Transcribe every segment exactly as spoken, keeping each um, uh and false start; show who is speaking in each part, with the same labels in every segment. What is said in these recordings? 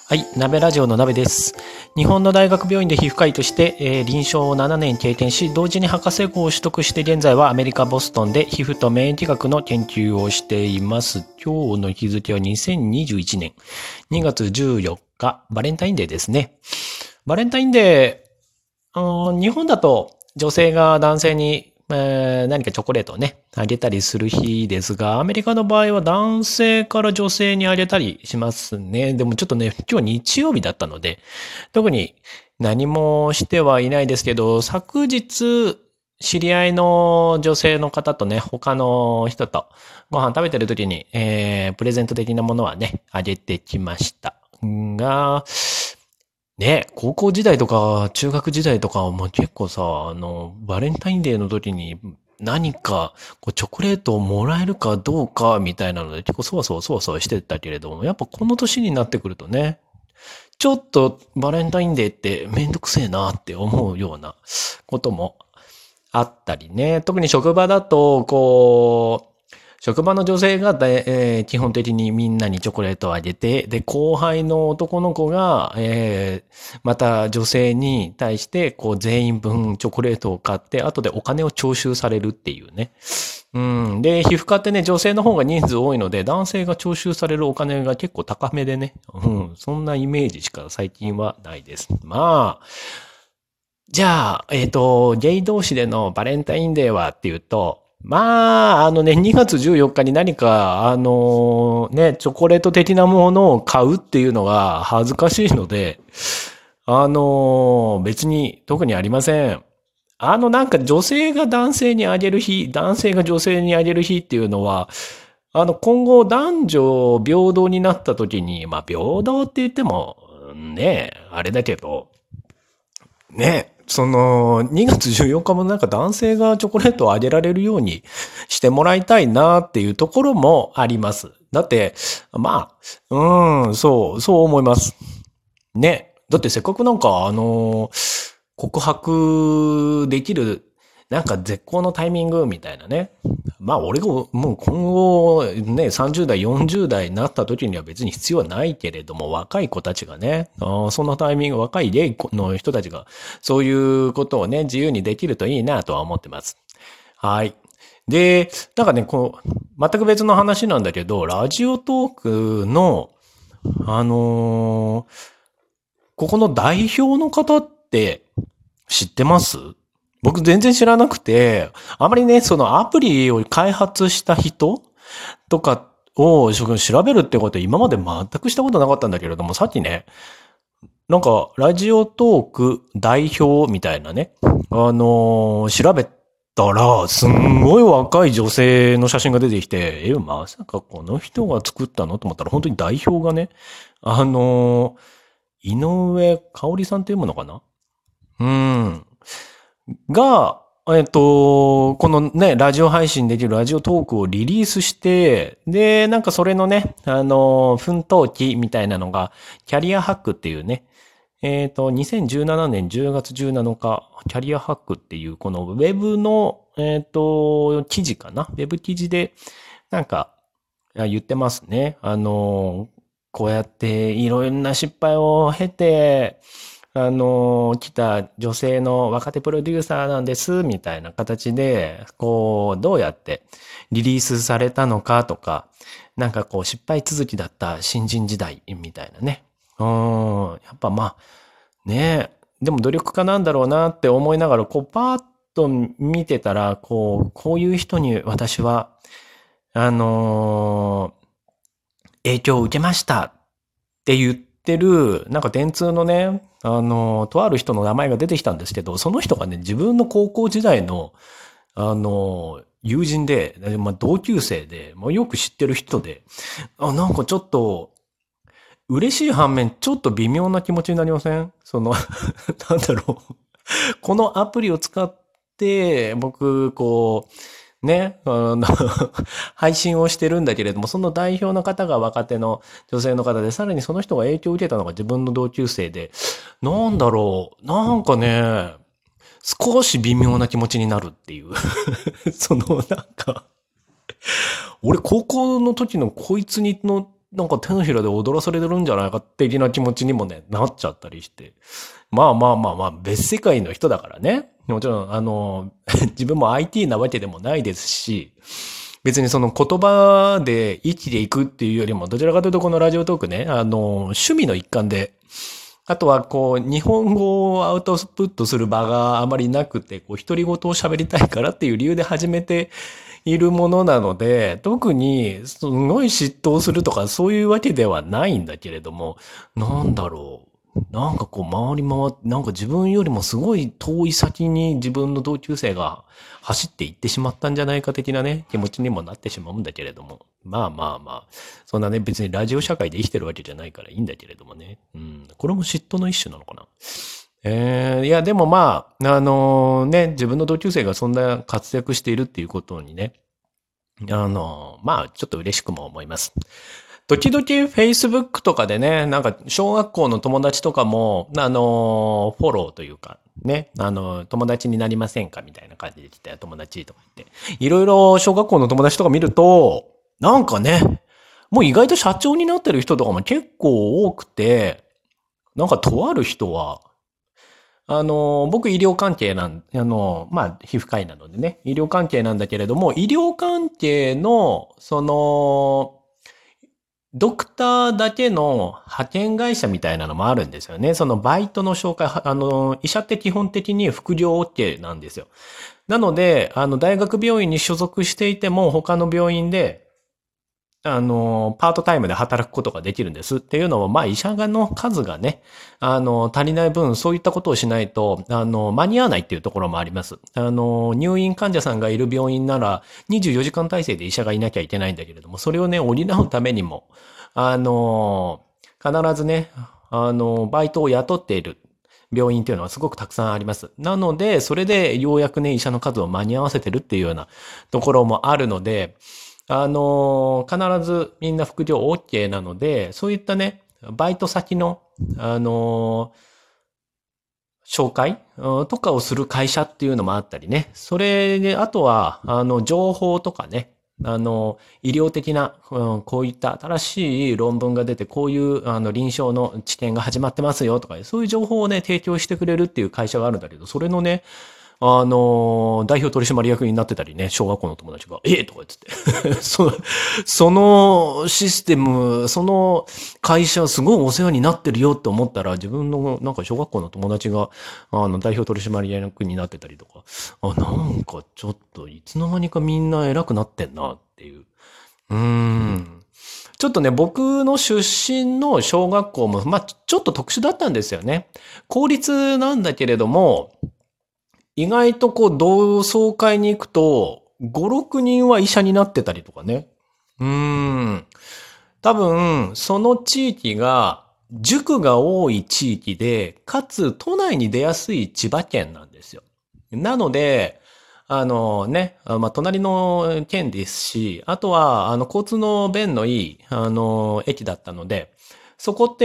Speaker 1: はい、鍋ラジオの鍋です。日本の大学病院で皮膚科医として、えー臨床をななねん経験し、同時に博士号を取得して現在はアメリカ・ボストンで皮膚と免疫学の研究をしています。今日の日付はにせんにじゅういちねんにがつじゅうよっか、バレンタインデーですね。バレンタインデー、うん日本だと女性が男性に、えー何かチョコレートをね、あげたりする日ですが、アメリカの場合は男性から女性にあげたりしますね。でもちょっとね、今日日曜日だったので、特に何もしてはいないですけど、昨日、知り合いの女性の方とね、他の人とご飯食べてる時に、えー、プレゼント的なものはね、あげてきました。が、ね、高校時代とか中学時代とかも結構さ、あの、バレンタインデーの時に何かこうチョコレートをもらえるかどうかみたいなので結構そわそわそわそわしてたけれども、やっぱこの年になってくるとね、ちょっとバレンタインデーってめんどくせえなって思うようなこともあったりね。特に職場だと、こう、職場の女性がだい、えー基本的にみんなにチョコレートをあげて、で、後輩の男の子が、えーまた女性に対して、こう、全員分チョコレートを買って、後でお金を徴収されるっていうね。うん。で、皮膚科ってね、女性の方が人数多いので、男性が徴収されるお金が結構高めでね。うん。そんなイメージしか最近はないです。まあ、じゃあ、えっと、ゲイ同士でのバレンタインデーはっていうと、まあ、あのね、にがつじゅうよっかに何か、あのね、チョコレート的なものを買うっていうのが恥ずかしいので、あの別に特にありません。あのなんか女性が男性にあげる日、男性が女性にあげる日っていうのは、あの今後男女平等になった時に、まあ平等って言っても、ね、あれだけど、ね、その、にがつじゅうよっかもなんか男性がチョコレートをあげられるようにしてもらいたいなっていうところもあります。だって、まあ、うーん、そう、そう思います。ね。だってせっかくなんか、あの告白できる、なんか絶好のタイミングみたいなね。まあ俺がもう今後ね、さんじゅう代、よんじゅう代になった時には別に必要はないけれども、若い子たちがね、あそのタイミング、若いゲイの人たちがそういうことをね、自由にできるといいなとは思ってます。はい。で、なんかね、こう、全く別の話なんだけど、ラジオトークの、あのーここの代表の方って知ってます？僕全然知らなくて、あまりね、そのアプリを開発した人とかを調べるってことは今まで全くしたことなかったんだけれども、さっきね、なんか、ラジオトーク代表みたいなね、あのー調べたら、すんごい若い女性の写真が出てきて、え、まさかこの人が作ったのと思ったら、本当に代表がね、あのー井上香織さんっていうものかなうん。が、えっと、このね、ラジオ配信できるラジオトークをリリースして、で、なんかそれのね、あの、奮闘記みたいなのが、キャリアハックっていうね、えっと、にせんじゅうななねんじゅうがつじゅうなのか、キャリアハックっていう、このウェブの、えっと、記事かな。ウェブ記事で、なんか、言ってますね。あの、こうやっていろんな失敗を経て、あの、来た女性の若手プロデューサーなんです、みたいな形で、こう、どうやってリリースされたのかとか、なんかこう、失敗続きだった新人時代、みたいなね。うん、やっぱまあ、ねえ、でも努力家なんだろうなって思いながら、こう、パーッと見てたら、こう、こういう人に私は、あの影響を受けましたって言ってる、なんか電通のね、あの、とある人の名前が出てきたんですけど、その人がね、自分の高校時代の、あの、友人で、まあ、同級生で、まあ、よく知ってる人で、あ、なんかちょっと、嬉しい反面、ちょっと微妙な気持ちになりません？その、なんだろう。このアプリを使って、僕、こう、ね、あの、配信をしてるんだけれども、その代表の方が若手の女性の方で、さらにその人が影響を受けたのが自分の同級生で、なんだろう、なんかね、少し微妙な気持ちになるっていう。その、なんか、俺高校の時のこいつにのなんか手のひらで踊らされてるんじゃないか的な気持ちにもね、なっちゃったりして。まあまあまあまあ、別世界の人だからね。もちろん、あの、自分も アイティー なわけでもないですし、別にその言葉で生きていくっていうよりも、どちらかというとこのラジオトークね、あの、趣味の一環で、あとはこう、日本語をアウトプットする場があまりなくて、こう、独り言を喋りたいからっていう理由で始めているものなので、特にすごい嫉妬するとかそういうわけではないんだけれども、なんだろう。なんかこう回り回って、なんか自分よりもすごい遠い先に自分の同級生が走っていってしまったんじゃないか的なね、気持ちにもなってしまうんだけれども。まあまあまあ、そんなね、別にラジオ社会で生きてるわけじゃないからいいんだけれどもね。うん。これも嫉妬の一種なのかな。えー、いやでもまあ、あのね、自分の同級生がそんな活躍しているっていうことにね、あのまあ、ちょっと嬉しくも思います。時々 Facebook とかでね、なんか小学校の友達とかも、あの、フォローというか、ね、あの、友達になりませんかみたいな感じで来たよ、友達とか言って。いろいろ小学校の友達とか見ると、なんかね、もう意外と社長になってる人とかも結構多くて、なんかとある人は、あの、僕医療関係なん、あの、まあ、皮膚科医なのでね、医療関係なんだけれども、医療関係の、その、ドクターだけの派遣会社みたいなのもあるんですよね。そのバイトの紹介、あの、医者って基本的に副業 OK なんですよ。なので、あの、大学病院に所属していても他の病院で、あの、パートタイムで働くことができるんですっていうのは、まあ、医者の数がね、あの、足りない分、そういったことをしないと、あの、間に合わないっていうところもあります。あの、入院患者さんがいる病院なら、にじゅうよじかん体制で医者がいなきゃいけないんだけれども、それをね、補うためにも、あの、必ずね、あの、バイトを雇っている病院っていうのはすごくたくさんあります。なので、それでようやくね、医者の数を間に合わせてるっていうようなところもあるので、あの、必ずみんな副業 OK なので、そういったね、バイト先の、あの、紹介とかをする会社っていうのもあったりね。それで、あとは、あの、情報とかね。あの、医療的な、うん、こういった新しい論文が出て、こういう、あの、臨床の治験が始まってますよとか、そういう情報をね、提供してくれるっていう会社があるんだけど、それのね、あの、代表取締役になってたりね、小学校の友達が、ええとか言っててそ、そのシステム、その会社すごいお世話になってるよって思ったら、自分のなんか小学校の友達が、あの、代表取締役になってたりとか、あ、なんかちょっといつの間にかみんな偉くなってんなっていう。うーん。ちょっとね、僕の出身の小学校も、まあ、ちょっと特殊だったんですよね。公立なんだけれども、意外とこう同窓会に行くと、ご、ろくにんは医者になってたりとかね。うーん。多分、その地域が、塾が多い地域で、かつ都内に出やすい千葉県なんですよ。なので、あのね、あまあ、隣の県ですし、あとは、あの、交通の便のいい、あの、駅だったので、そこって、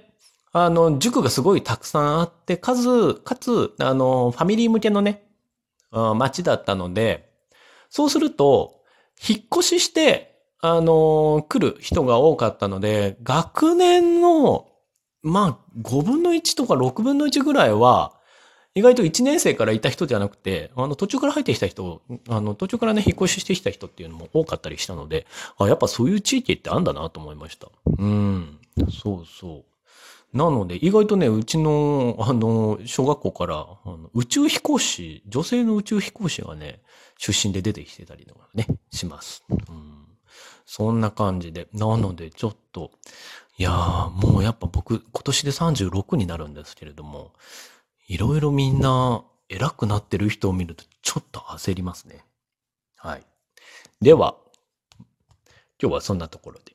Speaker 1: あの、塾がすごいたくさんあって、数、かつ、あの、ファミリー向けのね、あ街だったので、そうすると、引っ越しして、あの、来る人が多かったので、学年の、まあ、ごぶんのいちとかろくぶんのいちぐらいは、意外といちねん生からいた人じゃなくて、あの、途中から入ってきた人、あの、途中からね、引っ越ししてきた人っていうのも多かったりしたので、あ、やっぱそういう地域ってあんだなと思いました。うん。そうそう。なので、意外とね、うちの、あの、小学校から、あの宇宙飛行士、女性の宇宙飛行士がね、出身で出てきてたりとかね、します。うん。そんな感じで。なので、ちょっと、いやー、もうやっぱ僕、今年でさんじゅうろくになるんですけれども、いろいろみんな偉くなってる人を見るとちょっと焦りますね。はい。では、今日はそんなところで。